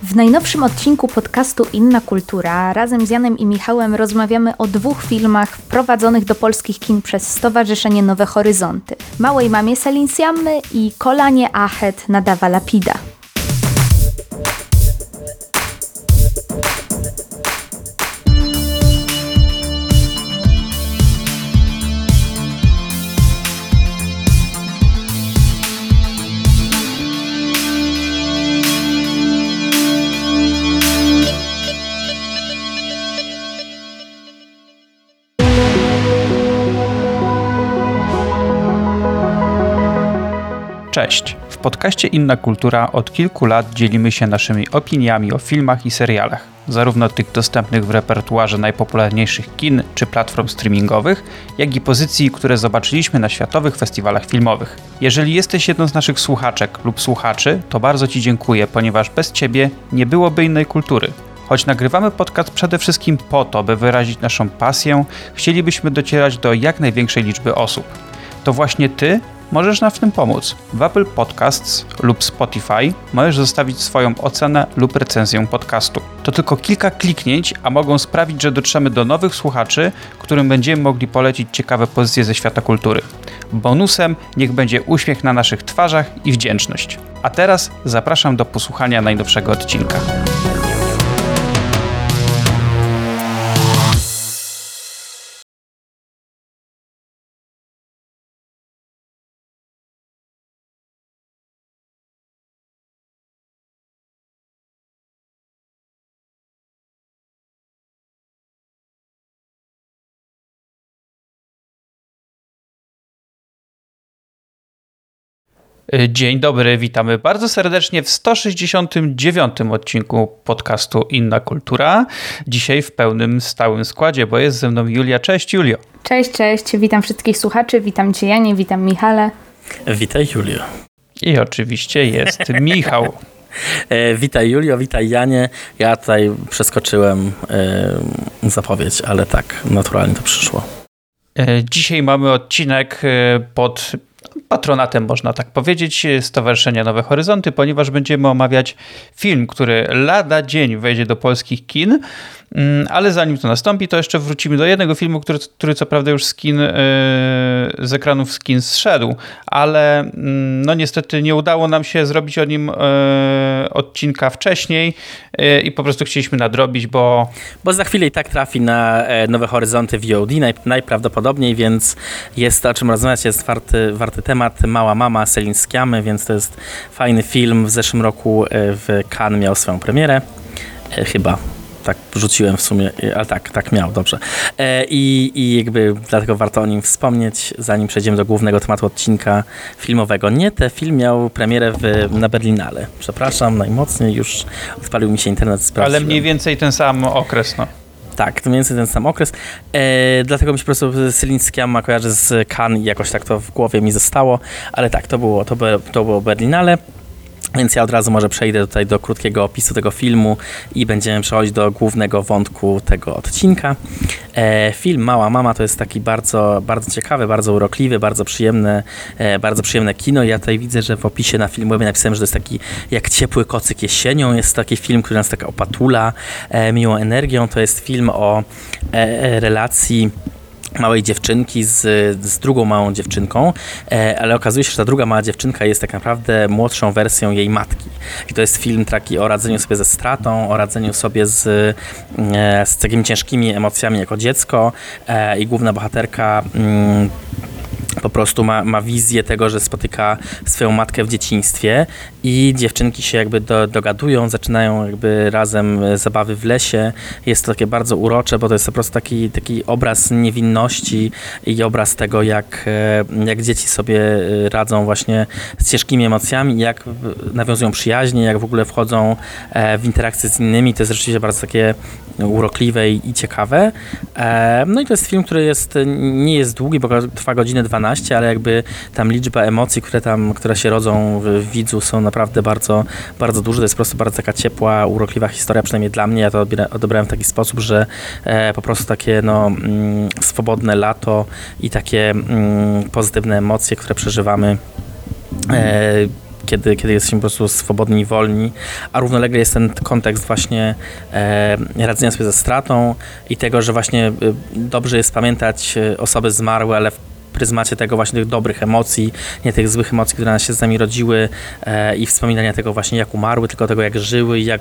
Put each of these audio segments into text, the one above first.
W najnowszym odcinku podcastu Inna Kultura razem z Janem i Michałem rozmawiamy o 2 filmach wprowadzonych do polskich kin przez Stowarzyszenie Nowe Horyzonty. Małej mamie Selinsjamy i Kolanie Ahet Nadawa Lapida. Cześć! W podcaście Inna Kultura od kilku lat dzielimy się naszymi opiniami o filmach i serialach, zarówno tych dostępnych w repertuarze najpopularniejszych kin czy platform streamingowych, jak i pozycji, które zobaczyliśmy na światowych festiwalach filmowych. Jeżeli jesteś jedną z naszych słuchaczek lub słuchaczy, to bardzo Ci dziękuję, ponieważ bez Ciebie nie byłoby innej kultury. Choć nagrywamy podcast przede wszystkim po to, by wyrazić naszą pasję, chcielibyśmy docierać do jak największej liczby osób. To właśnie Ty możesz nam w tym pomóc. W Apple Podcasts lub Spotify możesz zostawić swoją ocenę lub recenzję podcastu. To tylko kilka kliknięć, a mogą sprawić, że dotrzemy do nowych słuchaczy, którym będziemy mogli polecić ciekawe pozycje ze świata kultury. Bonusem niech będzie uśmiech na naszych twarzach i wdzięczność. A teraz zapraszam do posłuchania najnowszego odcinka. Dzień dobry, witamy bardzo serdecznie w 169. odcinku podcastu Inna Kultura. Dzisiaj w pełnym, stałym składzie, bo jest ze mną Julia. Cześć, Julio. Cześć, witam wszystkich słuchaczy, witam Cię Janie, witam Michale. Witaj, Julio. I oczywiście jest Michał. Witaj, Julio, witaj, Janie. Ja tutaj przeskoczyłem zapowiedź, ale tak, naturalnie to przyszło. Dzisiaj mamy odcinek pod patronatem, można tak powiedzieć, Stowarzyszenia Nowe Horyzonty, ponieważ będziemy omawiać film, który lada dzień wejdzie do polskich kin, ale zanim to nastąpi, to jeszcze wrócimy do jednego filmu, który co prawda już z ekranów kin zszedł, ale no niestety nie udało nam się zrobić o nim odcinka wcześniej i po prostu chcieliśmy nadrobić, bo za chwilę i tak trafi na Nowe Horyzonty VOD najprawdopodobniej, więc jest o czym rozmawiać, jest warty temat. Mała mama Selinsjamy, więc to jest fajny film. W zeszłym roku w Cannes miał swoją premierę. Chyba. Tak rzuciłem w sumie, ale tak miał, dobrze. I jakby dlatego warto o nim wspomnieć, zanim przejdziemy do głównego tematu odcinka filmowego. Nie, ten film miał premierę na Berlinale. Przepraszam najmocniej, już odpalił mi się internet. Sprawdziłem. Ale mniej więcej ten sam okres, no. Tak, to mniej więcej ten sam okres. Dlatego mi się po prostu Selinsjama kojarzy z Cannes i jakoś tak to w głowie mi zostało. Ale tak, to było Berlinale. Więc ja od razu może przejdę tutaj do krótkiego opisu tego filmu i będziemy przechodzić do głównego wątku tego odcinka. Film Mała Mama to jest taki bardzo, bardzo ciekawy, bardzo urokliwy, bardzo przyjemne kino. Ja tutaj widzę, że w opisie na filmie napisałem, że to jest taki jak ciepły kocyk jesienią. Jest taki film, który nas tak opatula miłą energią. To jest film o relacji małej dziewczynki z drugą małą dziewczynką, ale okazuje się, że ta druga mała dziewczynka jest tak naprawdę młodszą wersją jej matki. I to jest film taki o radzeniu sobie ze stratą, o radzeniu sobie z takimi ciężkimi emocjami jako dziecko i główna bohaterka po prostu ma wizję tego, że spotyka swoją matkę w dzieciństwie i dziewczynki się jakby dogadują, zaczynają jakby razem zabawy w lesie. Jest to takie bardzo urocze, bo to jest po prostu taki obraz niewinności i obraz tego, jak dzieci sobie radzą właśnie z ciężkimi emocjami, jak nawiązują przyjaźnie, jak w ogóle wchodzą w interakcje z innymi. To jest rzeczywiście bardzo takie urokliwe i ciekawe. No i to jest film, który nie jest długi, bo trwa godzinę 12, ale jakby tam liczba emocji, które się rodzą w widzu, są naprawdę bardzo, bardzo duże. To jest po prostu bardzo taka ciepła, urokliwa historia, przynajmniej dla mnie. Ja to odebrałem w taki sposób, że po prostu takie swobodne lato i takie pozytywne emocje, które przeżywamy kiedy jesteśmy po prostu swobodni i wolni, a równolegle jest ten kontekst właśnie radzenia sobie ze stratą i tego, że właśnie dobrze jest pamiętać osoby zmarłe, ale w pryzmacie tego właśnie tych dobrych emocji, nie tych złych emocji, które nas się z nami rodziły i wspominania tego właśnie jak umarły, tylko tego jak żyły i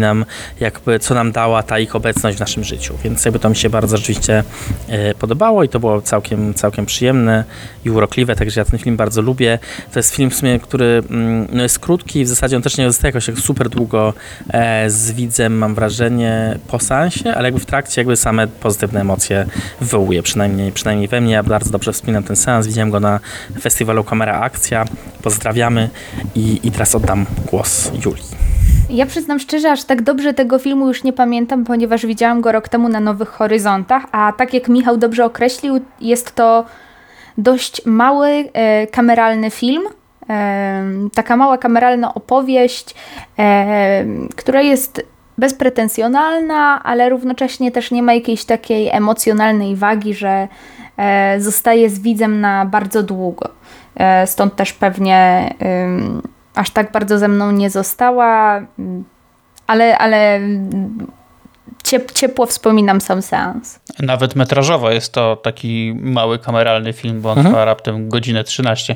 co nam dała ta ich obecność w naszym życiu. Więc jakby to mi się bardzo rzeczywiście podobało i to było całkiem przyjemne i urokliwe, także ja ten film bardzo lubię. To jest film w sumie, który jest krótki, w zasadzie on też nie zostaje jakoś super długo z widzem, mam wrażenie, po seansie, ale jakby w trakcie jakby same pozytywne emocje wywołuje, przynajmniej we mnie. Ja bardzo dobrze wspominam ten seans, widziałem go na festiwalu Kamera Akcja. Pozdrawiamy i teraz oddam głos Julii. Ja przyznam szczerze, aż tak dobrze tego filmu już nie pamiętam, ponieważ widziałam go rok temu na Nowych Horyzontach, a tak jak Michał dobrze określił, jest to dość mały, kameralny film. Taka mała kameralna opowieść, która jest bezpretensjonalna, ale równocześnie też nie ma jakiejś takiej emocjonalnej wagi, że zostaje z widzem na bardzo długo. Stąd też pewnie aż tak bardzo ze mną nie została, ale ciepło wspominam sam seans. Nawet metrażowo jest to taki mały kameralny film, bo on trwa raptem godzinę 13.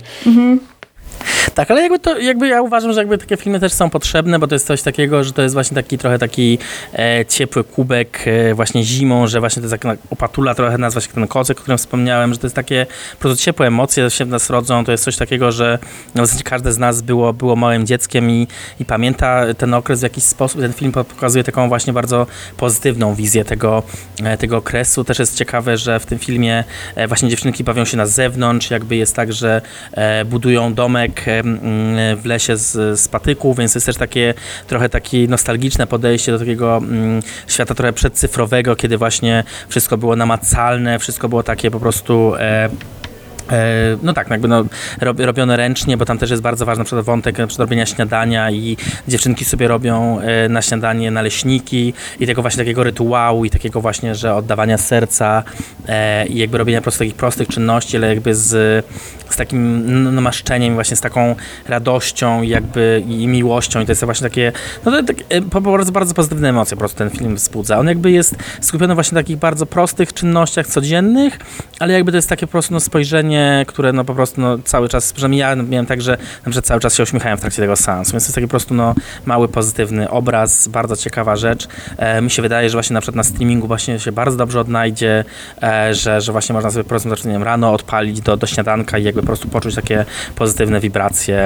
Tak, ale jakby ja uważam, że jakby takie filmy też są potrzebne, bo to jest coś takiego, że to jest właśnie trochę taki ciepły kubek właśnie zimą, że właśnie to jest taka opatula, trochę nazwa się ten kocyk, o którym wspomniałem, że to jest takie po prostu ciepłe emocje się w nas rodzą, to jest coś takiego, że w zasadzie każde z nas było małym dzieckiem i pamięta ten okres w jakiś sposób. Ten film pokazuje taką właśnie bardzo pozytywną wizję tego okresu. Też jest ciekawe, że w tym filmie właśnie dziewczynki bawią się na zewnątrz, jakby jest tak, że budują domek w lesie z patyków, więc jest też trochę takie nostalgiczne podejście do takiego świata trochę przedcyfrowego, kiedy właśnie wszystko było namacalne, wszystko było takie po prostu robione ręcznie, bo tam też jest bardzo ważny na przykład wątek robienia śniadania i dziewczynki sobie robią na śniadanie naleśniki i tego właśnie takiego rytuału i takiego właśnie, że oddawania serca i jakby robienia po prostu takich prostych czynności, ale jakby z takim namaszczeniem, właśnie z taką radością jakby i miłością i to jest właśnie takie, bardzo, bardzo pozytywne emocje po prostu ten film wzbudza. On jakby jest skupiony właśnie na takich bardzo prostych czynnościach codziennych, ale jakby to jest takie po prostu spojrzenie, które po prostu cały czas, przynajmniej ja miałem tak, że cały czas się uśmiechałem w trakcie tego seansu, więc to jest taki po prostu mały, pozytywny obraz, bardzo ciekawa rzecz. Mi się wydaje, że właśnie na przykład na streamingu właśnie się bardzo dobrze odnajdzie, że właśnie można sobie po prostu rano odpalić do śniadanka i jakby po prostu poczuć takie pozytywne wibracje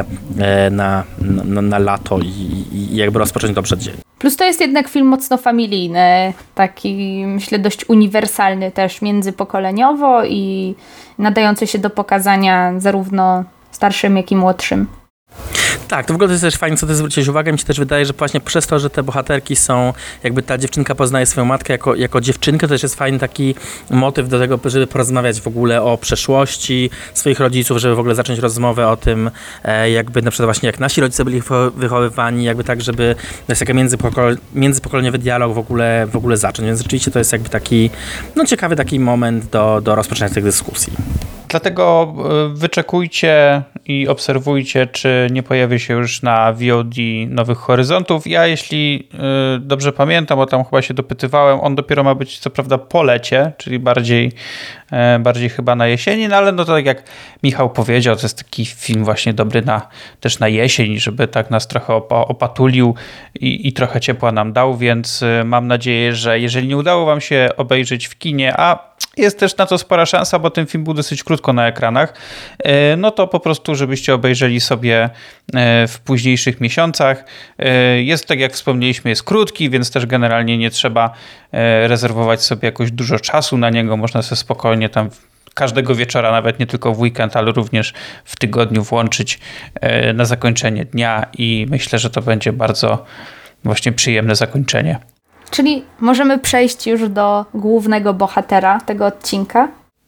na lato i jakby rozpocząć dobrze dzień. Plus to jest jednak film mocno familijny, taki myślę dość uniwersalny też międzypokoleniowo i nadający się do pokazania zarówno starszym, jak i młodszym. Tak, to w ogóle to jest też fajnie, co ty zwróciłeś uwagę. Mi się też wydaje, że właśnie przez to, że te bohaterki są, jakby ta dziewczynka poznaje swoją matkę jako dziewczynkę, to też jest fajny taki motyw do tego, żeby porozmawiać w ogóle o przeszłości swoich rodziców, żeby w ogóle zacząć rozmowę o tym, jakby na przykład właśnie jak nasi rodzice byli wychowywani, jakby tak, żeby to jest taki międzypokoleniowy dialog w ogóle zacząć. Więc rzeczywiście to jest jakby taki, ciekawy taki moment do rozpoczęcia tych dyskusji. Dlatego wyczekujcie i obserwujcie, czy nie pojawi się już na VOD Nowych Horyzontów. Ja, jeśli dobrze pamiętam, bo tam chyba się dopytywałem, on dopiero ma być co prawda po lecie, czyli bardziej chyba na jesieni, ale to tak jak Michał powiedział, to jest taki film właśnie dobry też na jesień, żeby tak nas trochę opatulił i trochę ciepła nam dał, więc mam nadzieję, że jeżeli nie udało wam się obejrzeć w kinie, a jest też na to spora szansa, bo ten film był dosyć krótko na ekranach, to po prostu, żebyście obejrzeli sobie w późniejszych miesiącach. Jest, tak jak wspomnieliśmy, jest krótki, więc też generalnie nie trzeba rezerwować sobie jakoś dużo czasu na niego. Można sobie spokojnie tam każdego wieczora, nawet nie tylko w weekend, ale również w tygodniu włączyć na zakończenie dnia i myślę, że to będzie bardzo właśnie przyjemne zakończenie. Czyli możemy przejść już do głównego bohatera tego odcinka.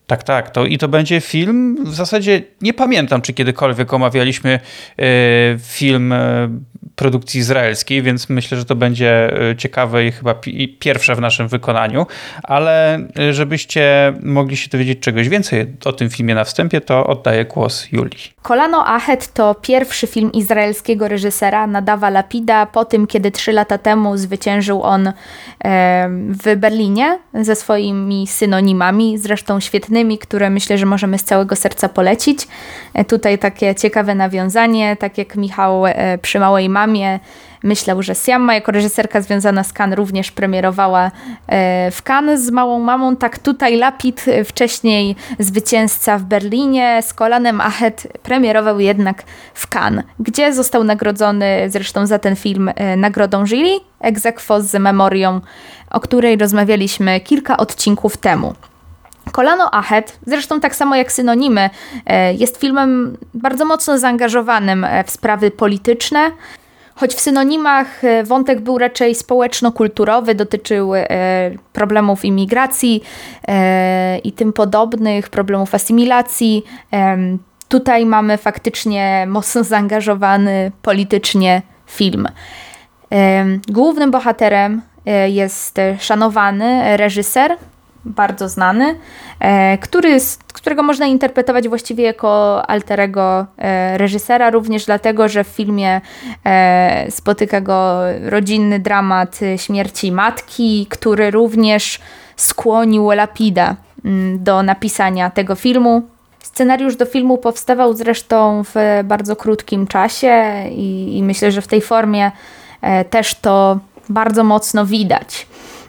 Tak. To będzie film, w zasadzie nie pamiętam, czy kiedykolwiek omawialiśmy film produkcji izraelskiej, więc myślę, że to będzie ciekawe i chyba pierwsze w naszym wykonaniu, ale żebyście mogli się dowiedzieć czegoś więcej o tym filmie na wstępie, to oddaję głos Julii. Kolano Ahet to pierwszy film izraelskiego reżysera Nadawa Lapida po tym, kiedy 3 lata temu zwyciężył on w Berlinie ze swoimi synonimami, zresztą świetnymi, które myślę, że możemy z całego serca polecić. Tutaj takie ciekawe nawiązanie, tak jak Michał przy Małej mamie myślał, że Siamma jako reżyserka związana z Cannes również premierowała w Cannes z Małą mamą, tak tutaj Lapid, wcześniej zwycięzca w Berlinie z Kolanem Ahet, premierował jednak w Cannes, gdzie został nagrodzony zresztą za ten film nagrodą jury ex aequo z memorią, o której rozmawialiśmy kilka odcinków temu. Kolano Ahet, zresztą tak samo jak Synonimy, jest filmem bardzo mocno zaangażowanym w sprawy polityczne. Choć w Synonimach wątek był raczej społeczno-kulturowy, dotyczył problemów imigracji i tym podobnych, problemów asymilacji. Tutaj mamy faktycznie mocno zaangażowany politycznie film. Głównym bohaterem jest szanowany reżyser, bardzo znany, którego można interpretować właściwie jako alterego reżysera, również dlatego, że w filmie spotyka go rodzinny dramat śmierci matki, który również skłonił Lapida do napisania tego filmu. Scenariusz do filmu powstawał zresztą w bardzo krótkim czasie i myślę, że w tej formie też to bardzo mocno widać.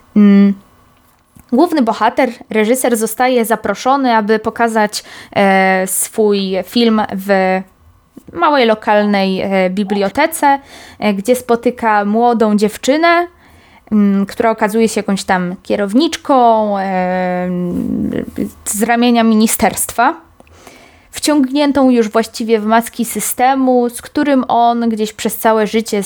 Główny bohater, reżyser, zostaje zaproszony, aby pokazać swój film w małej lokalnej bibliotece, gdzie spotyka młodą dziewczynę, która okazuje się jakąś tam kierowniczką z ramienia ministerstwa, wciągniętą już właściwie w macki systemu, z którym on gdzieś przez całe życie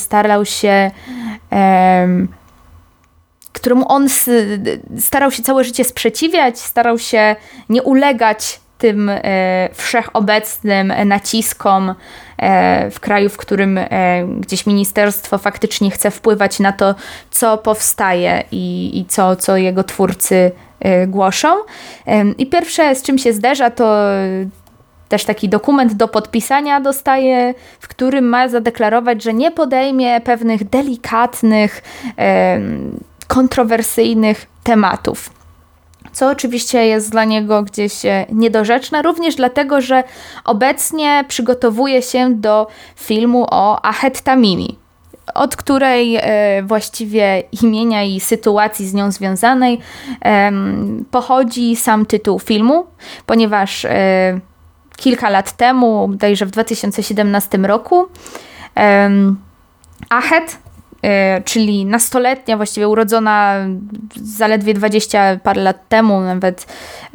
któremu on starał się całe życie sprzeciwiać, starał się nie ulegać tym wszechobecnym naciskom w kraju, w którym gdzieś ministerstwo faktycznie chce wpływać na to, co powstaje i co jego twórcy głoszą. I pierwsze, z czym się zderza, to też taki dokument do podpisania dostaje, w którym ma zadeklarować, że nie podejmie pewnych delikatnych, kontrowersyjnych tematów. Co oczywiście jest dla niego gdzieś niedorzeczne, również dlatego, że obecnie przygotowuje się do filmu o Ahet Tamimi, od której właściwie imienia i sytuacji z nią związanej pochodzi sam tytuł filmu, ponieważ kilka lat temu, bodajże w 2017 roku, Ahet, czyli nastoletnia, właściwie urodzona zaledwie 20 parę lat temu, nawet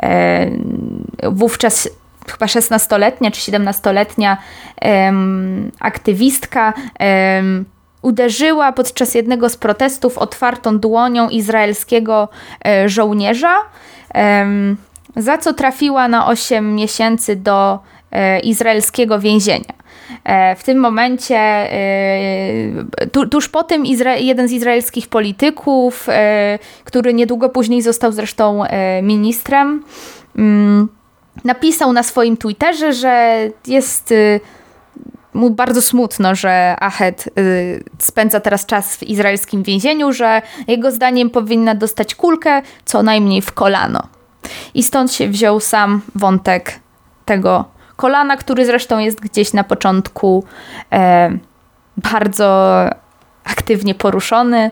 wówczas chyba 16-letnia czy 17-letnia aktywistka uderzyła podczas jednego z protestów otwartą dłonią izraelskiego żołnierza, za co trafiła na 8 miesięcy do izraelskiego więzienia. W tym momencie, tuż po tym jeden z izraelskich polityków, który niedługo później został zresztą ministrem, napisał na swoim Twitterze, że jest mu bardzo smutno, że Ahet spędza teraz czas w izraelskim więzieniu, że jego zdaniem powinna dostać kulkę co najmniej w kolano. I stąd się wziął sam wątek tego kolana, który zresztą jest gdzieś na początku bardzo aktywnie poruszony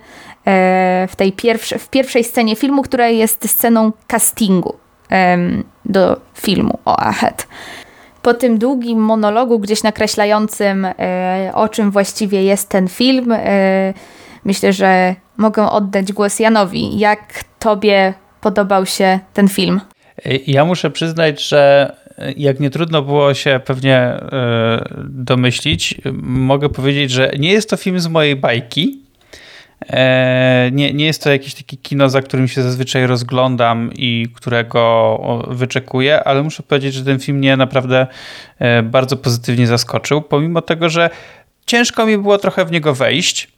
w pierwszej scenie filmu, która jest sceną castingu do filmu o Ahet. Po tym długim monologu gdzieś nakreślającym, o czym właściwie jest ten film, myślę, że mogę oddać głos Janowi. Jak tobie podobał się ten film? Ja muszę przyznać, że jak nie trudno było się pewnie domyślić, mogę powiedzieć, że nie jest to film z mojej bajki, Nie jest to jakieś takie kino, za którym się zazwyczaj rozglądam i którego wyczekuję, ale muszę powiedzieć, że ten film mnie naprawdę bardzo pozytywnie zaskoczył, pomimo tego, że ciężko mi było trochę w niego wejść,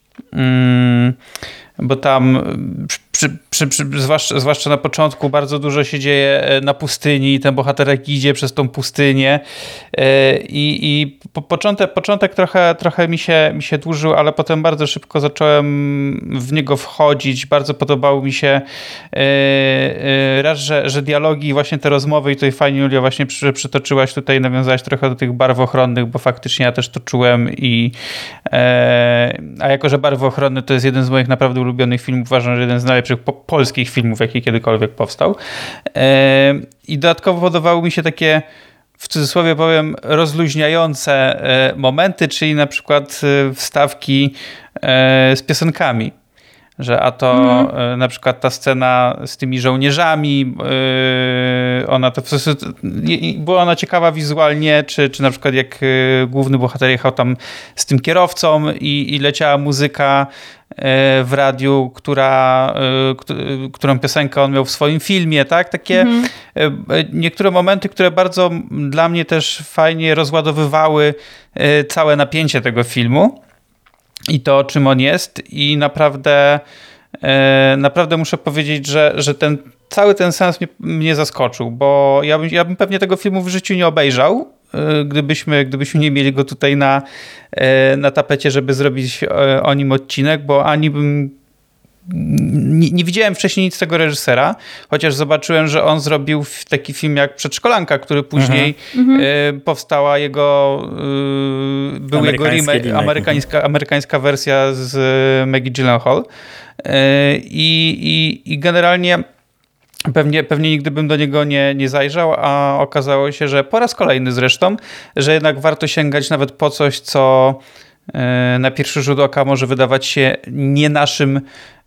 bo tam zwłaszcza na początku bardzo dużo się dzieje na pustyni i ten bohaterek idzie przez tą pustynię i początek trochę mi się dłużył, ale potem bardzo szybko zacząłem w niego wchodzić. Bardzo podobało mi się raz, że dialogi i właśnie te rozmowy i tutaj fajnie, Julia, właśnie przytoczyłaś tutaj, nawiązałaś trochę do tych barw ochronnych, bo faktycznie ja też to czułem a jako, że Barwy ochronne to jest jeden z moich naprawdę ulubionych filmów, uważam, że jeden z najlepszych polskich filmów, jaki kiedykolwiek powstał. I dodatkowo podobały mi się takie, w cudzysłowie powiem, rozluźniające momenty, czyli na przykład wstawki z piosenkami. Że a to na przykład ta scena z tymi żołnierzami, ona to była ona ciekawa wizualnie, czy na przykład jak główny bohater jechał tam z tym kierowcą i leciała muzyka w radiu, którą piosenkę on miał w swoim filmie, tak? Takie niektóre momenty, które bardzo dla mnie też fajnie rozładowywały całe napięcie tego filmu. I to, czym on jest, i naprawdę muszę powiedzieć, że cały ten sens mnie zaskoczył, bo ja bym pewnie tego filmu w życiu nie obejrzał, gdybyśmy nie mieli go tutaj na tapecie, żeby zrobić o nim odcinek, bo ani bym nie widziałem wcześniej nic z tego reżysera, chociaż zobaczyłem, że on zrobił taki film jak Przedszkolanka, który później powstała był jego remake, amerykańska wersja z Maggie Gyllenhaal. I generalnie pewnie nigdy bym do niego nie zajrzał, a okazało się, że po raz kolejny zresztą, że jednak warto sięgać nawet po coś, co na pierwszy rzut oka może wydawać się nie naszym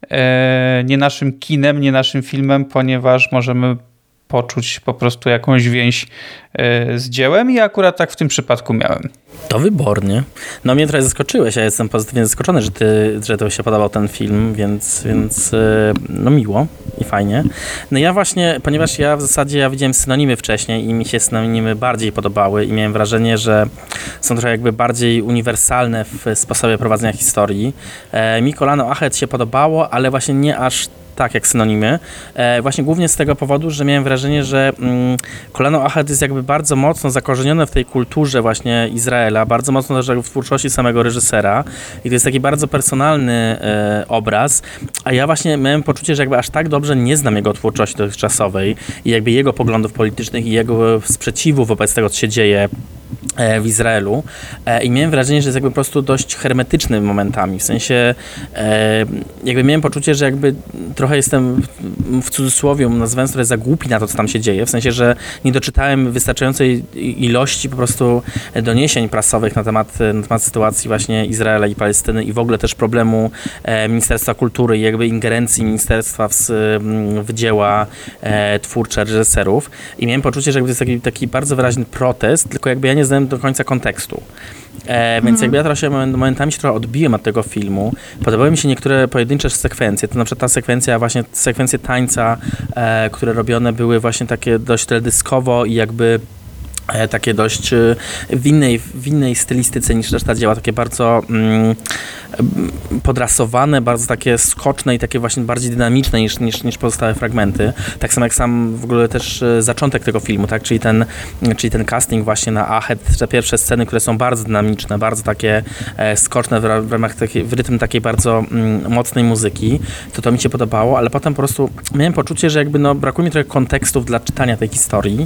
kinem, nie naszym filmem, ponieważ możemy poczuć po prostu jakąś więź z dziełem i akurat tak w tym przypadku miałem. To wybornie. No mnie trochę zaskoczyłeś, ja jestem pozytywnie zaskoczony, że to się podobał ten film, więc no miło i fajnie. No ja właśnie, ponieważ ja w zasadzie widziałem synonimy wcześniej i mi się synonimy bardziej podobały i miałem wrażenie, że są trochę jakby bardziej uniwersalne w sposobie prowadzenia historii. Mi Kolano Achet się podobało, ale właśnie nie aż tak jak synonimy. Właśnie głównie z tego powodu, że miałem wrażenie, że Kolano Achet jest jakby bardzo mocno zakorzenione w tej kulturze właśnie Izraela, bardzo mocno też w twórczości samego reżysera i to jest taki bardzo personalny obraz, a ja właśnie miałem poczucie, że jakby aż tak dobrze nie znam jego twórczości dotychczasowej i jakby jego poglądów politycznych i jego sprzeciwu wobec tego, co się dzieje w Izraelu i miałem wrażenie, że jest jakby po prostu dość hermetyczny momentami, w sensie jakby miałem poczucie, że jakby trochę jestem w cudzysłowie nazywając trochę za głupi na to, co tam się dzieje, w sensie, że nie doczytałem wystarczającej ilości po prostu doniesień prasowych na temat sytuacji właśnie Izraela i Palestyny i w ogóle też problemu Ministerstwa Kultury i jakby ingerencji ministerstwa w dzieła twórcze reżyserów i miałem poczucie, że jakby to jest taki bardzo wyraźny protest, tylko jakby ja nie znałem do końca kontekstu. Więc jakby ja trochę momentami się trochę odbiłem od tego filmu. Podobały mi się niektóre pojedyncze sekwencje. To na przykład ta sekwencja, właśnie sekwencje tańca, które robione były właśnie takie dość teledyskowo i jakby takie dość w innej stylistyce niż reszta dzieła, takie bardzo podrasowane, bardzo takie skoczne i takie właśnie bardziej dynamiczne niż pozostałe fragmenty. Tak samo jak sam w ogóle też zaczątek tego filmu, tak? Czyli ten casting właśnie na Achet, te pierwsze sceny, które są bardzo dynamiczne, bardzo takie skoczne w rytm takiej bardzo mocnej muzyki, to mi się podobało, ale potem po prostu miałem poczucie, że jakby brakuje mi trochę kontekstów dla czytania tej historii.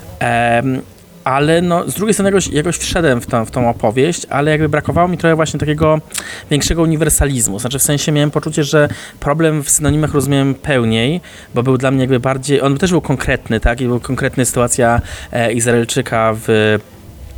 Ale z drugiej strony jakoś wszedłem w tą opowieść, ale jakby brakowało mi trochę właśnie takiego większego uniwersalizmu. Znaczy w sensie miałem poczucie, że problem w synonimach rozumiałem pełniej, bo był dla mnie jakby bardziej, on też był konkretny, tak? I był konkretna sytuacja Izraelczyka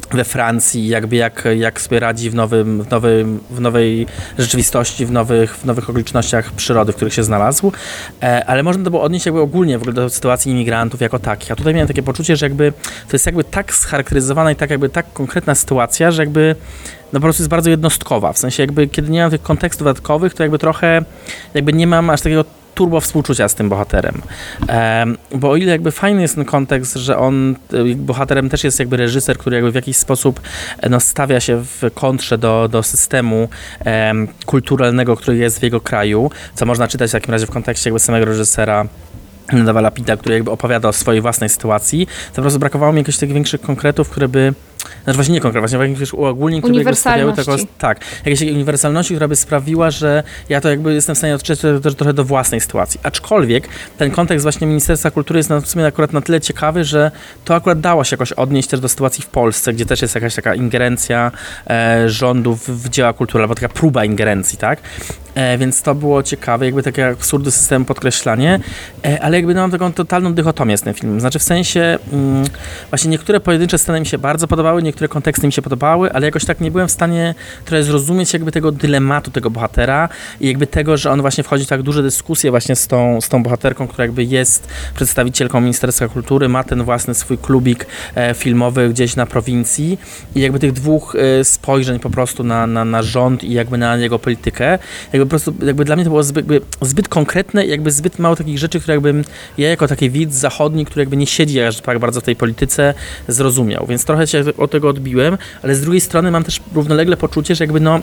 we Francji, jakby jak sobie radzi w nowej rzeczywistości, w nowych okolicznościach przyrody, w których się znalazł, ale można to było odnieść jakby ogólnie w ogóle do sytuacji imigrantów jako takich. A tutaj miałem takie poczucie, że jakby to jest jakby tak scharakteryzowana i tak konkretna sytuacja, że jakby no po prostu jest bardzo jednostkowa. W sensie jakby kiedy nie mam tych kontekstów dodatkowych, to jakby trochę jakby nie mam aż takiego turbo współczucia z tym bohaterem. Bo o ile jakby fajny jest ten kontekst, że on, bohaterem też jest jakby reżyser, który jakby w jakiś sposób no, stawia się w kontrze do systemu kulturalnego, który jest w jego kraju, co można czytać w takim razie w kontekście jakby samego reżysera Nadawa Lapida, który jakby opowiada o swojej własnej sytuacji, to po prostu brakowało mi jakichś takich większych konkretów, które by znaczy właśnie nie konkret, właśnie jakichś uogólnień, które jakby sprawiały jakiejś uniwersalności, która by sprawiła, że ja to jakby jestem w stanie odczytać też trochę do własnej sytuacji. Aczkolwiek ten kontekst właśnie Ministerstwa Kultury jest w sumie akurat na tyle ciekawy, że to akurat dało się jakoś odnieść też do sytuacji w Polsce, gdzie też jest jakaś taka ingerencja rządu w dzieła kultury, albo taka próba ingerencji, tak? Więc to było ciekawe, jakby takie absurdy systemu podkreślanie, ale jakby mam taką totalną dychotomię z tym filmem. Znaczy w sensie właśnie niektóre pojedyncze sceny mi się bardzo podobały, niektóre konteksty mi się podobały, ale jakoś tak nie byłem w stanie trochę zrozumieć jakby tego dylematu tego bohatera i jakby tego, że on właśnie wchodzi w tak duże dyskusje właśnie z tą bohaterką, która jakby jest przedstawicielką Ministerstwa Kultury, ma ten własny swój klubik filmowy gdzieś na prowincji i jakby tych dwóch spojrzeń po prostu na rząd i jakby na jego politykę, jakby po prostu jakby dla mnie to było zbyt konkretne i jakby zbyt mało takich rzeczy, które jakbym ja jako taki widz zachodni, który jakby nie siedzi aż tak bardzo w tej polityce, zrozumiał. Więc trochę się od tego odbiłem, ale z drugiej strony mam też równolegle poczucie, że jakby no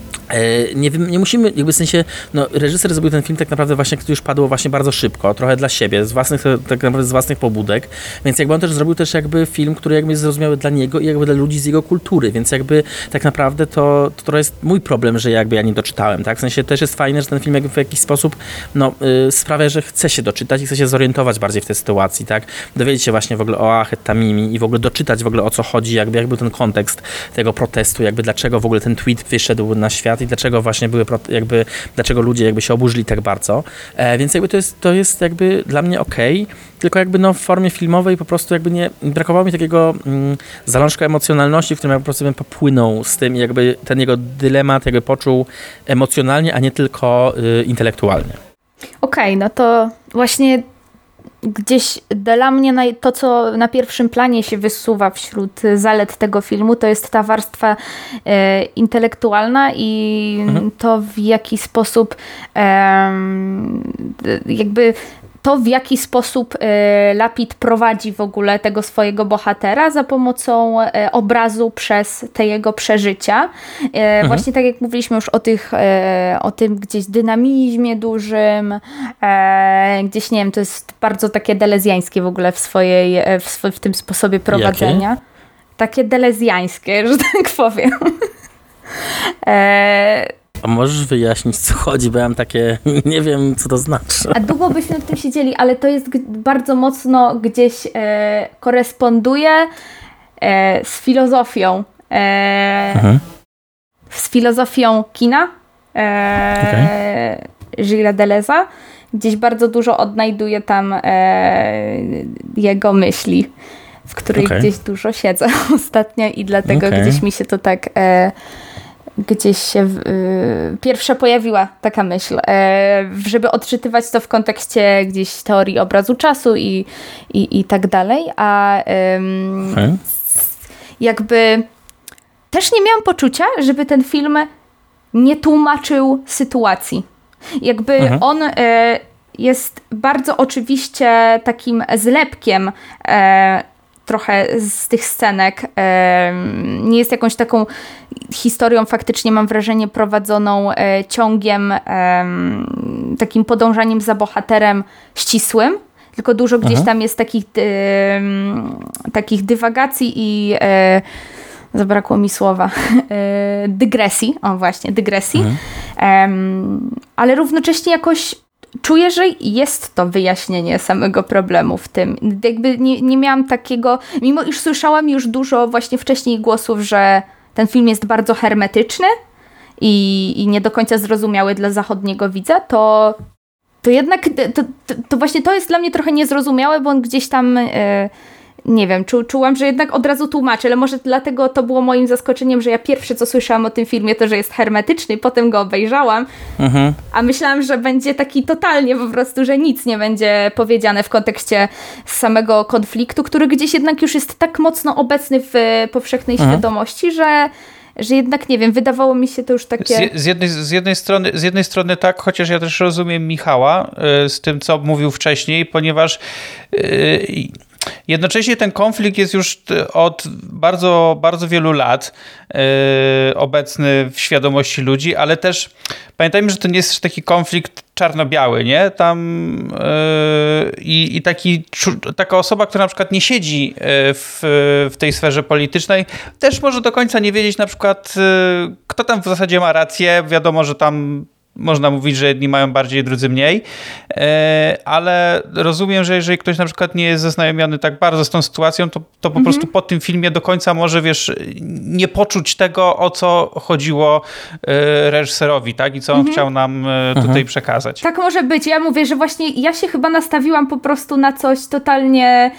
nie musimy, jakby w sensie, no reżyser zrobił ten film tak naprawdę właśnie, który już padło właśnie bardzo szybko, trochę dla siebie, tak naprawdę z własnych pobudek, więc jakby on też zrobił też jakby film, który jakby jest zrozumiały dla niego i jakby dla ludzi z jego kultury, więc jakby tak naprawdę to jest mój problem, że jakby ja nie doczytałem, tak? W sensie też jest fajne, że ten film jakby w jakiś sposób, no sprawia, że chce się doczytać i chce się zorientować bardziej w tej sytuacji, tak? Dowiedzieć się właśnie w ogóle o Ahed Tamimi i w ogóle doczytać w ogóle o co chodzi, jakby był ten kontekst tego protestu, jakby dlaczego w ogóle ten tweet wyszedł na świat i dlaczego właśnie dlaczego ludzie jakby się oburzyli tak bardzo. Więc jakby to jest jakby dla mnie okej, tylko jakby no w formie filmowej po prostu jakby nie brakowało mi takiego zalążka emocjonalności, w którym ja po prostu bym popłynął z tym i jakby ten jego dylemat jakby poczuł emocjonalnie, a nie tylko intelektualnie. Okej, no to właśnie gdzieś dla mnie to, co na pierwszym planie się wysuwa wśród zalet tego filmu, to jest ta warstwa intelektualna i to w jaki sposób jakby to, w jaki sposób Lapid prowadzi w ogóle tego swojego bohatera za pomocą obrazu przez te jego przeżycia. Właśnie tak jak mówiliśmy już o tym gdzieś dynamizmie dużym, gdzieś nie wiem, to jest bardzo takie delezjańskie w ogóle w tym sposobie prowadzenia. Jakie? Takie delezjańskie, że tak powiem. A możesz wyjaśnić, co chodzi, bo ja mam takie, nie wiem, co to znaczy. A długo byśmy w tym siedzieli, ale to jest bardzo mocno gdzieś koresponduje z filozofią. Z filozofią kina Gilles Deleuze'a. Gdzieś bardzo dużo odnajduję tam jego myśli, w których gdzieś dużo siedzę ostatnio i dlatego gdzieś mi się to tak... gdzieś się pierwsza pojawiła taka myśl, żeby odczytywać to w kontekście gdzieś teorii obrazu czasu i tak dalej, a jakby też nie miałam poczucia, żeby ten film nie tłumaczył sytuacji. Jakby on jest bardzo oczywiście takim zlepkiem trochę z tych scenek. Nie jest jakąś taką historią, faktycznie mam wrażenie, prowadzoną ciągiem, takim podążaniem za bohaterem ścisłym, tylko dużo gdzieś tam jest takich dywagacji i zabrakło mi słowa, dygresji, dygresji, ale równocześnie jakoś czuję, że jest to wyjaśnienie samego problemu w tym. Jakby nie miałam takiego, mimo iż słyszałam już dużo właśnie wcześniej głosów, że ten film jest bardzo hermetyczny i nie do końca zrozumiały dla zachodniego widza, to jednak to właśnie to jest dla mnie trochę niezrozumiałe, bo on gdzieś tam nie wiem, czułam, że jednak od razu tłumaczy, ale może dlatego to było moim zaskoczeniem, że ja pierwsze co słyszałam o tym filmie to, że jest hermetyczny, potem go obejrzałam, a myślałam, że będzie taki totalnie po prostu, że nic nie będzie powiedziane w kontekście samego konfliktu, który gdzieś jednak już jest tak mocno obecny w powszechnej świadomości, że jednak, nie wiem, wydawało mi się to już takie... Z jednej strony tak, chociaż ja też rozumiem Michała z tym, co mówił wcześniej, ponieważ jednocześnie ten konflikt jest już od bardzo, bardzo wielu lat obecny w świadomości ludzi, ale też pamiętajmy, że to nie jest taki konflikt czarno-biały, nie? Tam taka osoba, która na przykład nie siedzi w tej sferze politycznej, też może do końca nie wiedzieć na przykład, kto tam w zasadzie ma rację. Wiadomo, że tam można mówić, że jedni mają bardziej, drudzy mniej, ale rozumiem, że jeżeli ktoś na przykład nie jest zaznajomiony tak bardzo z tą sytuacją, to po prostu po tym filmie do końca może, wiesz, nie poczuć tego, o co chodziło reżyserowi, tak? I co on chciał nam tutaj przekazać. Tak może być. Ja mówię, że właśnie ja się chyba nastawiłam po prostu na coś totalnie...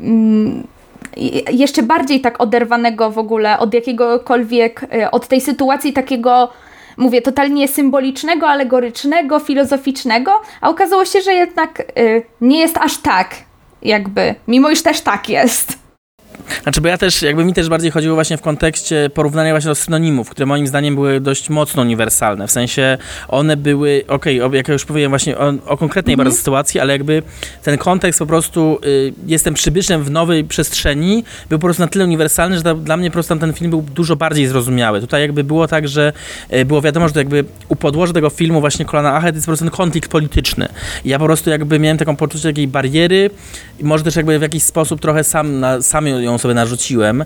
jeszcze bardziej tak oderwanego w ogóle od jakiegokolwiek, od tej sytuacji takiego, mówię, totalnie symbolicznego, alegorycznego, filozoficznego, a okazało się, że jednak nie jest aż tak, jakby, mimo iż też tak jest. Znaczy, bo ja też, jakby mi też bardziej chodziło właśnie w kontekście porównania właśnie do synonimów, które moim zdaniem były dość mocno uniwersalne. W sensie one były, jak ja już powiedziałem właśnie o konkretnej bardzo sytuacji, ale jakby ten kontekst po prostu, jestem przybyszem w nowej przestrzeni, był po prostu na tyle uniwersalny, że dla mnie po prostu ten film był dużo bardziej zrozumiały. Tutaj jakby było tak, że było wiadomo, że to jakby u podłoża tego filmu właśnie Kolana Achet jest po prostu ten konflikt polityczny. I ja po prostu jakby miałem taką poczucie takiej bariery i może też jakby w jakiś sposób trochę sam ją sobie narzuciłem,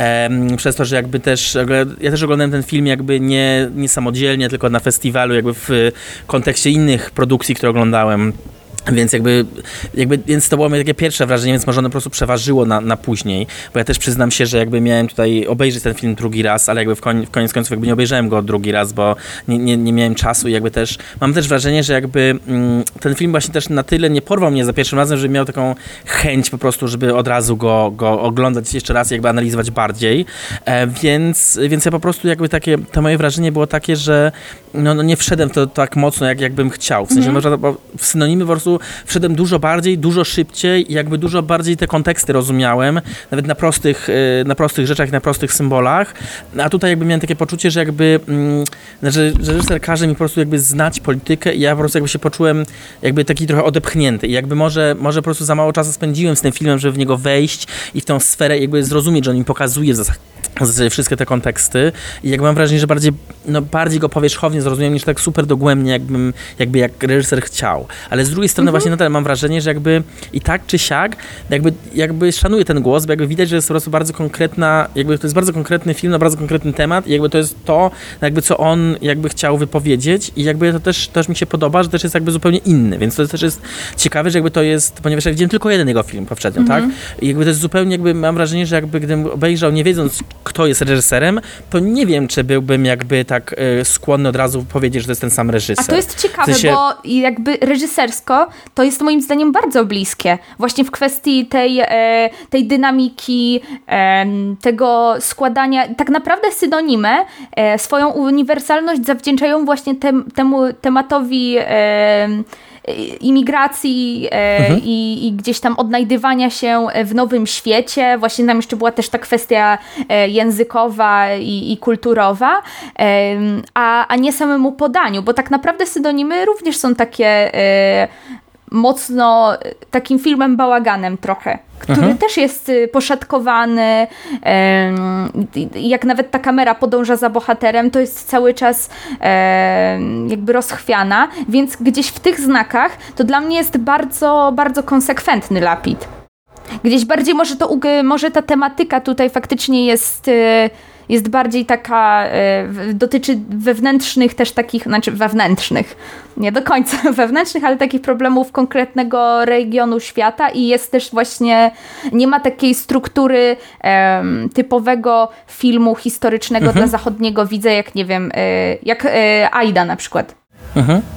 przez to, że jakby też, ja też oglądałem ten film jakby nie samodzielnie, tylko na festiwalu, jakby w kontekście innych produkcji, które oglądałem. Więc więc to było moje takie pierwsze wrażenie, więc może ono po prostu przeważyło na później, bo ja też przyznam się, że jakby miałem tutaj obejrzeć ten film drugi raz, ale jakby w koniec końców jakby nie obejrzałem go drugi raz, bo nie miałem czasu i jakby też, mam też wrażenie, że jakby ten film właśnie też na tyle nie porwał mnie za pierwszym razem, że miał taką chęć po prostu, żeby od razu go oglądać jeszcze raz i jakby analizować bardziej, więc ja po prostu jakby to moje wrażenie było takie, że nie wszedłem w to tak mocno, jakbym chciał, w sensie bo w synonimy po prostu wszedłem dużo bardziej, dużo szybciej i jakby dużo bardziej te konteksty rozumiałem, nawet na prostych rzeczach, na prostych symbolach, a tutaj jakby miałem takie poczucie, że jakby, że reżyser każe mi po prostu jakby znać politykę i ja po prostu jakby się poczułem jakby taki trochę odepchnięty i jakby może po prostu za mało czasu spędziłem z tym filmem, żeby w niego wejść i w tą sferę jakby zrozumieć, że on mi pokazuje w zasadzie wszystkie te konteksty i jakby mam wrażenie, że bardziej go powierzchownie zrozumiałem niż tak super dogłębnie, jak reżyser chciał. Ale z drugiej strony właśnie nadal mam wrażenie, że jakby i tak czy siak, jakby szanuję ten głos, bo jakby widać, że jest po prostu bardzo konkretna, jakby to jest bardzo konkretny film na bardzo konkretny temat i jakby to jest to, jakby co on jakby chciał wypowiedzieć i jakby to też mi się podoba, że też jest jakby zupełnie inny, więc to też jest ciekawe, że jakby to jest, ponieważ ja widziałem tylko jeden jego film poprzednio, tak? I jakby to jest zupełnie jakby, mam wrażenie, że jakby gdybym obejrzał nie wiedząc, kto jest reżyserem, to nie wiem, czy byłbym jakby tak skłonny od razu powiedzieć, że to jest ten sam reżyser. A to jest ciekawe, bo jakby reżysersko to jest moim zdaniem bardzo bliskie. Właśnie w kwestii tej dynamiki, tego składania. Tak naprawdę synonimy swoją uniwersalność zawdzięczają właśnie temu tematowi imigracji i gdzieś tam odnajdywania się w nowym świecie. Właśnie tam jeszcze była też ta kwestia językowa i kulturowa, a nie samemu podaniu, bo tak naprawdę synonimy również są takie mocno takim filmem bałaganem trochę, który też jest poszatkowany, jak nawet ta kamera podąża za bohaterem, to jest cały czas jakby rozchwiana, więc gdzieś w tych znakach to dla mnie jest bardzo, bardzo konsekwentny Lapid. Gdzieś bardziej może ta tematyka tutaj faktycznie jest bardziej taka, dotyczy wewnętrznych też takich, znaczy wewnętrznych, nie do końca wewnętrznych, ale takich problemów konkretnego regionu świata i jest też właśnie, nie ma takiej struktury typowego filmu historycznego dla zachodniego widza, jak nie wiem, jak Aida na przykład.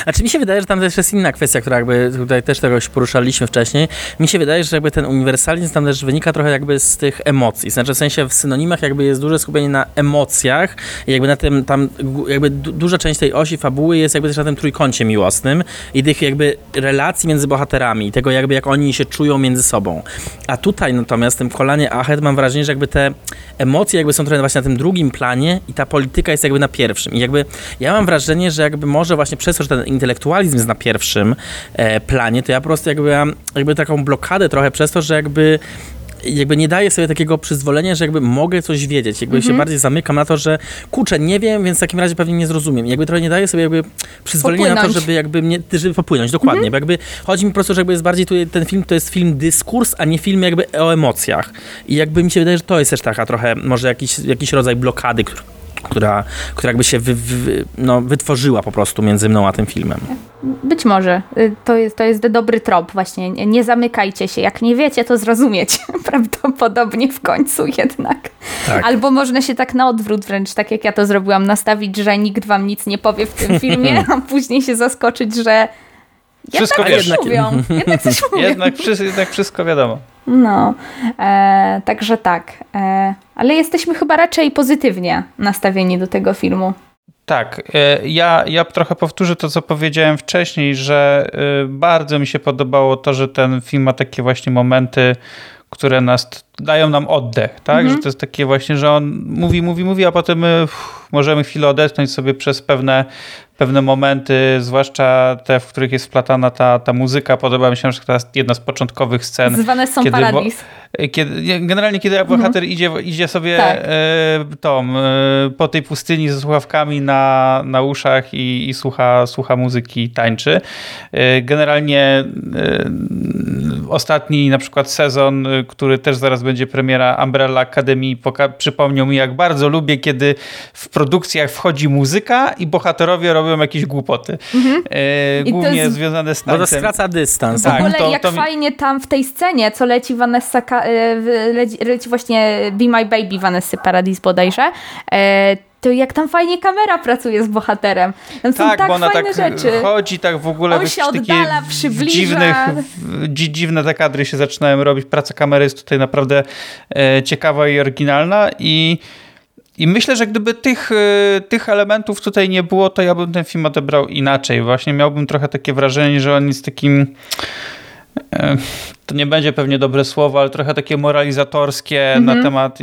Znaczy mi się wydaje, że tam też jest inna kwestia, która jakby tutaj też tego już poruszaliśmy wcześniej. Mi się wydaje, że jakby ten uniwersalizm tam też wynika trochę jakby z tych emocji. Znaczy w sensie w synonimach jakby jest duże skupienie na emocjach i jakby na tym tam jakby duża część tej osi fabuły jest jakby też na tym trójkącie miłosnym i tych jakby relacji między bohaterami i tego jakby jak oni się czują między sobą. A tutaj natomiast w tym Kolanie Ahead mam wrażenie, że jakby te emocje jakby są trochę właśnie na tym drugim planie i ta polityka jest jakby na pierwszym. I jakby ja mam wrażenie, że jakby może właśnie przez to, że ten intelektualizm jest na pierwszym planie, to ja po prostu jakby taką blokadę trochę przez to, że jakby nie daję sobie takiego przyzwolenia, że jakby mogę coś wiedzieć. Jakby się bardziej zamykam na to, że kurczę, nie wiem, więc w takim razie pewnie nie zrozumiem. Jakby trochę nie daję sobie jakby przyzwolenia na to, żeby popłynąć. Dokładnie. Bo jakby chodzi mi po prostu, że jakby jest bardziej tutaj ten film, to jest film dyskurs, a nie film jakby o emocjach. I jakby mi się wydaje, że to jest też taka trochę może jakiś rodzaj blokady, która jakby się wytworzyła po prostu między mną a tym filmem. Być może. To jest dobry trop właśnie. Nie zamykajcie się. Jak nie wiecie, to zrozumiecie. Prawdopodobnie w końcu jednak. Tak. Albo można się tak na odwrót wręcz, tak jak ja to zrobiłam, nastawić, że nikt wam nic nie powie w tym filmie, a później się zaskoczyć, że wszystko jednak coś mówią. Jednak coś mówią. Jednak wszystko wiadomo. No, także tak. Ale jesteśmy chyba raczej pozytywnie nastawieni do tego filmu. Tak, ja trochę powtórzę to, co powiedziałem wcześniej, że bardzo mi się podobało to, że ten film ma takie właśnie momenty, które dają nam oddech, tak? Że to jest takie właśnie, że on mówi, a potem my możemy chwilę odetchnąć sobie przez pewne momenty, zwłaszcza te, w których jest wplatana ta muzyka. Podoba mi się, że to jest jedna z początkowych scen. Z Vanessą Paradis. Generalnie, kiedy bohater idzie sobie tak. Po tej pustyni ze słuchawkami na uszach i słucha muzyki i tańczy. Generalnie ostatni na przykład sezon, który też zaraz będzie premiera Umbrella Academy, przypomniał mi, jak bardzo lubię, kiedy w produkcjach wchodzi muzyka i bohaterowie robią jakieś głupoty. Głównie związane z tańcem. Bo to skraca dystans. W ogóle fajnie tam w tej scenie, co leci leci właśnie Be My Baby Vanessy Paradis bodajże, to jak tam fajnie kamera pracuje z bohaterem. Tam są tak bo ona fajne rzeczy. Chodzi tak w ogóle. On się oddala, przybliża. Dziwne te kadry się zaczynają robić. Praca kamery jest tutaj naprawdę ciekawa i oryginalna i myślę, że gdyby tych elementów tutaj nie było, to ja bym ten film odebrał inaczej. Właśnie miałbym trochę takie wrażenie, że on jest takim... To nie będzie pewnie dobre słowo, ale trochę takie moralizatorskie na temat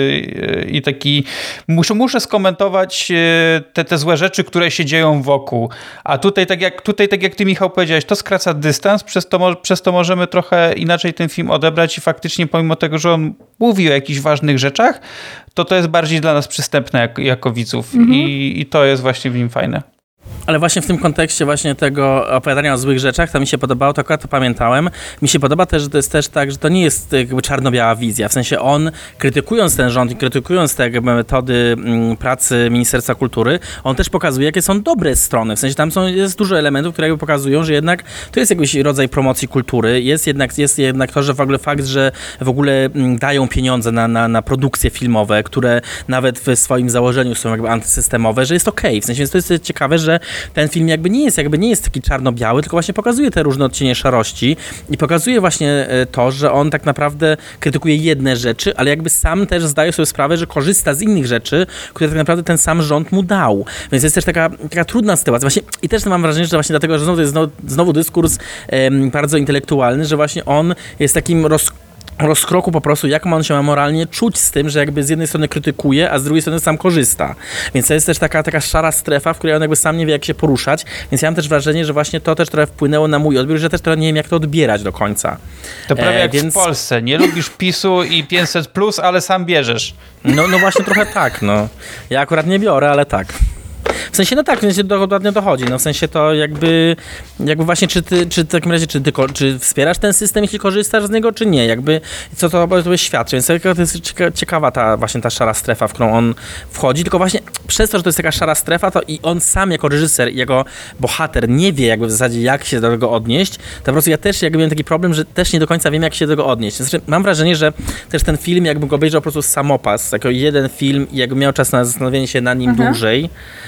i taki... Muszę skomentować te złe rzeczy, które się dzieją wokół. A tutaj tak jak ty, Michał, powiedziałeś, to skraca dystans, przez to możemy trochę inaczej ten film odebrać i faktycznie pomimo tego, że on mówi o jakichś ważnych rzeczach, to jest bardziej dla nas przystępne jako widzów i to jest właśnie w nim fajne. Ale właśnie w tym kontekście właśnie tego opowiadania o złych rzeczach, to mi się podobało, to akurat to pamiętałem. Mi się podoba też, że to jest też tak, że to nie jest jakby czarno-biała wizja. W sensie on, krytykując ten rząd i krytykując te jakby metody pracy Ministerstwa Kultury, on też pokazuje, jakie są dobre strony. W sensie tam jest dużo elementów, które jakby pokazują, że jednak to jest jakiś rodzaj promocji kultury. Jest jednak to, że w ogóle fakt, że w ogóle dają pieniądze na produkcje filmowe, które nawet w swoim założeniu są jakby antysystemowe, że jest okej. W sensie to jest ciekawe, że ten film jakby nie jest taki czarno-biały, tylko właśnie pokazuje te różne odcienie szarości i pokazuje właśnie to, że on tak naprawdę krytykuje jedne rzeczy, ale jakby sam też zdaje sobie sprawę, że korzysta z innych rzeczy, które tak naprawdę ten sam rząd mu dał. Więc jest też taka trudna sytuacja. Właśnie, i też mam wrażenie, że właśnie dlatego, że to jest znowu dyskurs bardzo intelektualny, że właśnie on jest takim rozkroku po prostu, jak on się ma moralnie czuć z tym, że jakby z jednej strony krytykuje, a z drugiej strony sam korzysta. Więc to jest też taka szara strefa, w której on jakby sam nie wie, jak się poruszać. Więc ja mam też wrażenie, że właśnie to też trochę wpłynęło na mój odbiór, że też trochę nie wiem, jak to odbierać do końca. To prawie jak w Polsce. Nie lubisz PiS-u i 500+, ale sam bierzesz. No właśnie trochę tak, no. Ja akurat nie biorę, ale tak. W sensie, no tak, w sensie dokładnie dochodzi. No w sensie to jakby właśnie, czy w takim razie, czy wspierasz ten system, jeśli korzystasz z niego, czy nie? Jakby, co to świadczy. Więc to jest ciekawa ta szara strefa, w którą on wchodzi. Tylko właśnie przez to, że to jest taka szara strefa, to i on sam jako reżyser, jako bohater nie wie jakby w zasadzie, jak się do tego odnieść. To po prostu ja też jakby miałem taki problem, że też nie do końca wiem, jak się do tego odnieść. Znaczy, mam wrażenie, że też ten film, jakby go obejrzał po prostu samopas, jako jeden film i jakby miał czas na zastanowienie się na nim dłużej,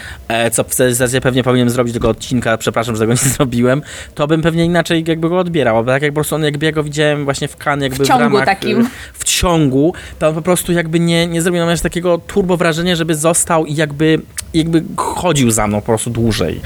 co w zasadzie pewnie powinienem zrobić tego odcinka, przepraszam, że tego nie zrobiłem, to bym pewnie inaczej jakby go odbierał, bo tak jak po prostu on, jakby ja go widziałem właśnie w Cannes, jakby w ciągu ramach, takim. w ciągu, to on po prostu jakby nie zrobił na mnie takiego turbo wrażenia, żeby został i jakby chodził za mną po prostu dłużej.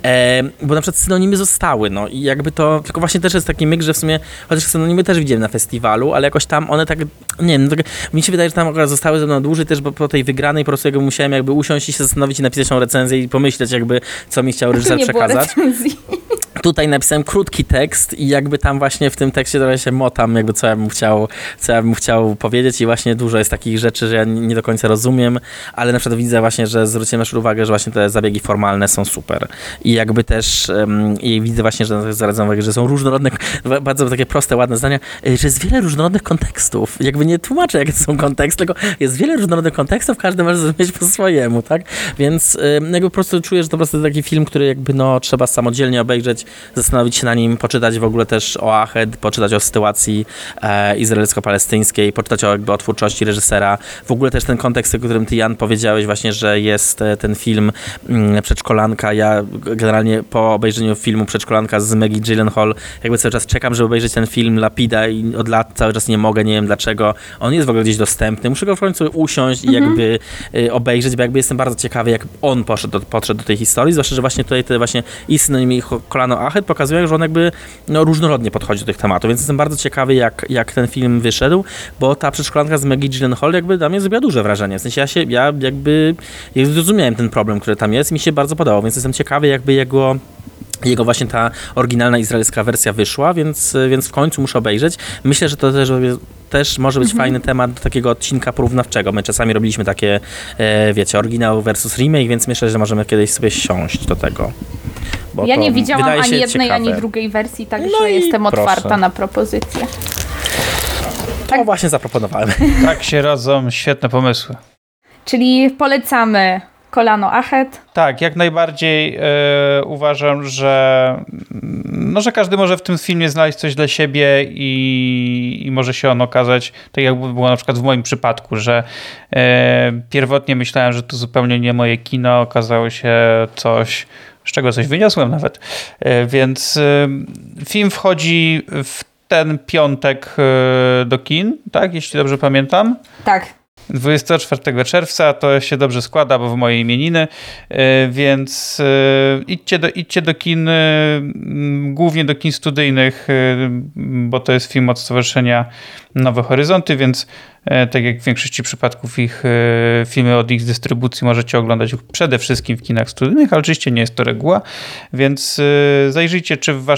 Bo na przykład synonimy zostały, no i jakby to, tylko właśnie też jest taki myk, że w sumie, chociaż synonimy też widziałem na festiwalu, ale jakoś tam one tak, nie wiem, tak, mi się wydaje, że tam akurat zostały ze mną dłużej też, bo po tej wygranej po prostu jakby musiałem jakby usiąść i się zastanowić i napisać tą recenzję i pomyśleć jakby, co mi chciał reżyser przekazać. Tutaj napisałem krótki tekst i jakby tam właśnie w tym tekście trochę się motam, jakby co ja bym chciał powiedzieć i właśnie dużo jest takich rzeczy, że ja nie do końca rozumiem, ale na przykład widzę właśnie, że zwróciłem też uwagę, że właśnie te zabiegi formalne są super i jakby też i widzę właśnie, że zwracam uwagę, że są różnorodne, bardzo takie proste, ładne zdania, że jest wiele różnorodnych kontekstów. Jakby nie tłumaczę, jakie to są konteksty, tylko jest wiele różnorodnych kontekstów, każdy może zrozumieć po swojemu, tak? Więc jakby po prostu czuję, że to po prostu taki film, który jakby no trzeba samodzielnie obejrzeć, zastanowić się na nim, poczytać w ogóle też o Ahed, poczytać o sytuacji izraelsko-palestyńskiej, poczytać o twórczości reżysera. W ogóle też ten kontekst, o którym ty, Jan, powiedziałeś właśnie, że jest ten film Przedszkolanka. Ja generalnie po obejrzeniu filmu Przedszkolanka z Maggie Gyllenhaal jakby cały czas czekam, żeby obejrzeć ten film Lapida i od lat cały czas nie mogę, nie wiem dlaczego. On jest w ogóle gdzieś dostępny. Muszę go w końcu usiąść i jakby obejrzeć, bo jakby jestem bardzo ciekawy, jak on podszedł do tej historii, zwłaszcza, że właśnie tutaj te właśnie i synonimy i kolano Ahed pokazują, że on jakby różnorodnie podchodzi do tych tematów, więc jestem bardzo ciekawy, jak ten film wyszedł, bo ta Przedszkolanka z Maggie Gyllenhaal jakby dla mnie zrobiła duże wrażenie. W sensie ja jakby zrozumiałem ten problem, który tam jest i mi się bardzo podobał, więc jestem ciekawy, jakby jego właśnie ta oryginalna izraelska wersja wyszła, więc w końcu muszę obejrzeć. Myślę, że to też może być fajny temat do takiego odcinka porównawczego. My czasami robiliśmy takie, wiecie, oryginał versus remake, więc myślę, że możemy kiedyś sobie siąść do tego. Ja nie widziałam ani jednej, ciekawe. ani drugiej wersji, także No jestem otwarta proszę. na propozycje. To właśnie zaproponowałem. Tak się rodzą świetne pomysły. Czyli polecamy Kolano Ahed. Tak, jak najbardziej uważam, że każdy może w tym filmie znaleźć coś dla siebie i może się on okazać, tak jak było na przykład w moim przypadku, że pierwotnie myślałem, że to zupełnie nie moje kino, okazało się coś, z czego coś wyniosłem nawet. Więc film wchodzi w ten piątek do kin, tak, jeśli dobrze pamiętam. Tak. 24 czerwca, to się dobrze składa, bo w moje imieniny, więc idźcie do kin, głównie do kin studyjnych, bo to jest film od Stowarzyszenia Nowe Horyzonty, więc tak jak w większości przypadków ich filmy od ich dystrybucji możecie oglądać przede wszystkim w kinach studyjnych, ale oczywiście nie jest to reguła, więc zajrzyjcie, czy w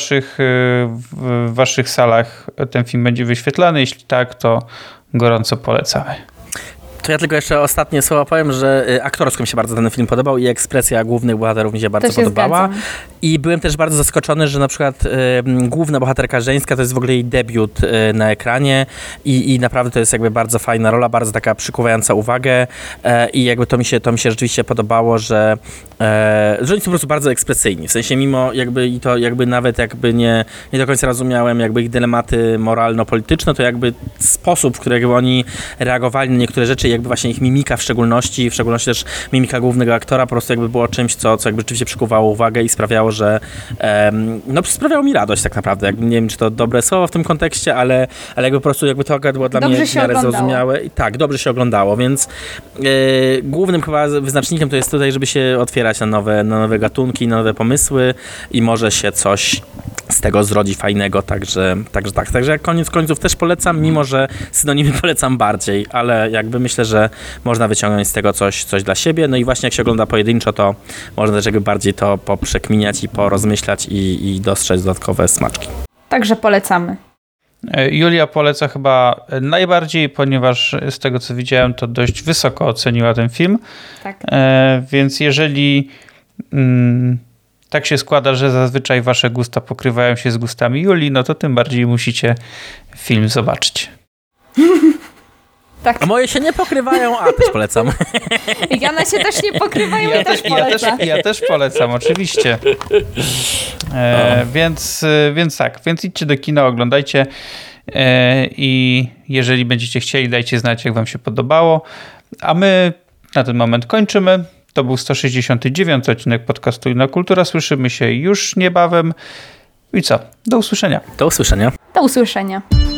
waszych salach ten film będzie wyświetlany. Jeśli tak, to gorąco polecamy. To ja tylko jeszcze ostatnie słowa powiem, że aktorsko mi się bardzo ten film podobał i ekspresja głównych bohaterów mi się bardzo podobała. Zgadzam. I byłem też bardzo zaskoczony, że na przykład główna bohaterka żeńska to jest w ogóle jej debiut na ekranie i naprawdę to jest jakby bardzo fajna rola, bardzo taka przykuwająca uwagę i jakby to mi się rzeczywiście podobało, że oni są po prostu bardzo ekspresyjni. W sensie mimo jakby i to jakby nawet jakby nie do końca rozumiałem jakby ich dylematy moralno-polityczne, to jakby sposób, w który jakby oni reagowali na niektóre rzeczy, jakby właśnie ich mimika w szczególności też mimika głównego aktora po prostu jakby było czymś, co jakby rzeczywiście przykuwało uwagę i sprawiało, że sprawiało mi radość tak naprawdę. Jakby, nie wiem, czy to dobre słowo w tym kontekście, ale jakby po prostu jakby to było dla mnie w miarę zrozumiałe. I tak, dobrze się oglądało, więc głównym chyba wyznacznikiem to jest tutaj, żeby się otwierać na nowe gatunki, na nowe pomysły i może się coś z tego zrodzi fajnego, także jak koniec końców też polecam, mimo że synonimy polecam bardziej, ale jakby myślę, że można wyciągnąć z tego coś dla siebie, no i właśnie jak się ogląda pojedynczo, to można też jakby bardziej to poprzekminiać i porozmyślać i dostrzec dodatkowe smaczki. Także polecamy. Julia poleca chyba najbardziej, ponieważ z tego co widziałem, to dość wysoko oceniła ten film. Tak. Więc jeżeli tak się składa, że zazwyczaj wasze gusta pokrywają się z gustami Julii, no to tym bardziej musicie film zobaczyć. Tak. A moje się nie pokrywają, a też polecam. Jana się też nie pokrywają, ja też polecam. Ja też polecam, oczywiście. Więc idźcie do kina, oglądajcie i jeżeli będziecie chcieli, dajcie znać, jak wam się podobało. A my na ten moment kończymy. To był 169 odcinek podcastu Inna Kultura. Słyszymy się już niebawem. I co? Do usłyszenia. Do usłyszenia. Do usłyszenia.